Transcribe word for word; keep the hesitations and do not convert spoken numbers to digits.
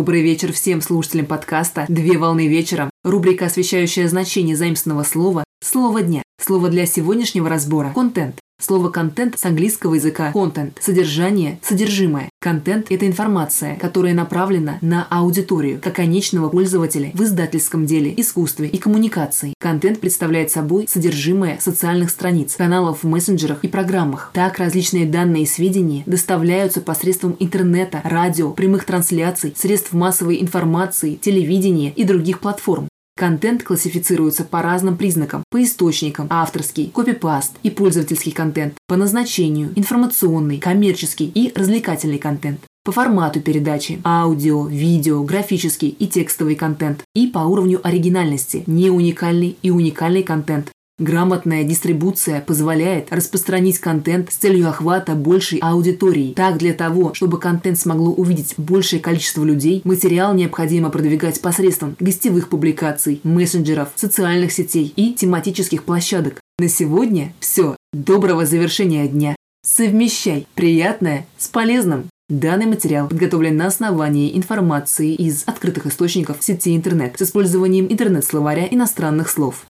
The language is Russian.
Добрый вечер всем слушателям подкаста «Две волны вечером». Рубрика, освещающая значение заимственного слова «Слово дня». Слово для сегодняшнего разбора – «контент». Слово «контент» с английского языка «content» – содержание, содержимое. Контент – это информация, которая направлена на аудиторию, как конечного пользователя в издательском деле, искусстве и коммуникации. Контент представляет собой содержимое социальных страниц, каналов в мессенджерах и программах. Так, различные данные и сведения доставляются посредством интернета, радио, прямых трансляций, средств массовой информации, телевидения и других платформ. Контент классифицируется по разным признакам: по источникам, авторский, копипаст и пользовательский контент, по назначению, информационный, коммерческий и развлекательный контент, по формату передачи, аудио, видео, графический и текстовый контент, и по уровню оригинальности, неуникальный и уникальный контент. Грамотная дистрибуция позволяет распространить контент с целью охвата большей аудитории. Так, для того, чтобы контент смогло увидеть большее количество людей, материал необходимо продвигать посредством гостевых публикаций, мессенджеров, социальных сетей и тематических площадок. На сегодня все. Доброго завершения дня. Совмещай приятное с полезным. Данный материал подготовлен на основании информации из открытых источников сети интернет с использованием интернет-словаря иностранных слов.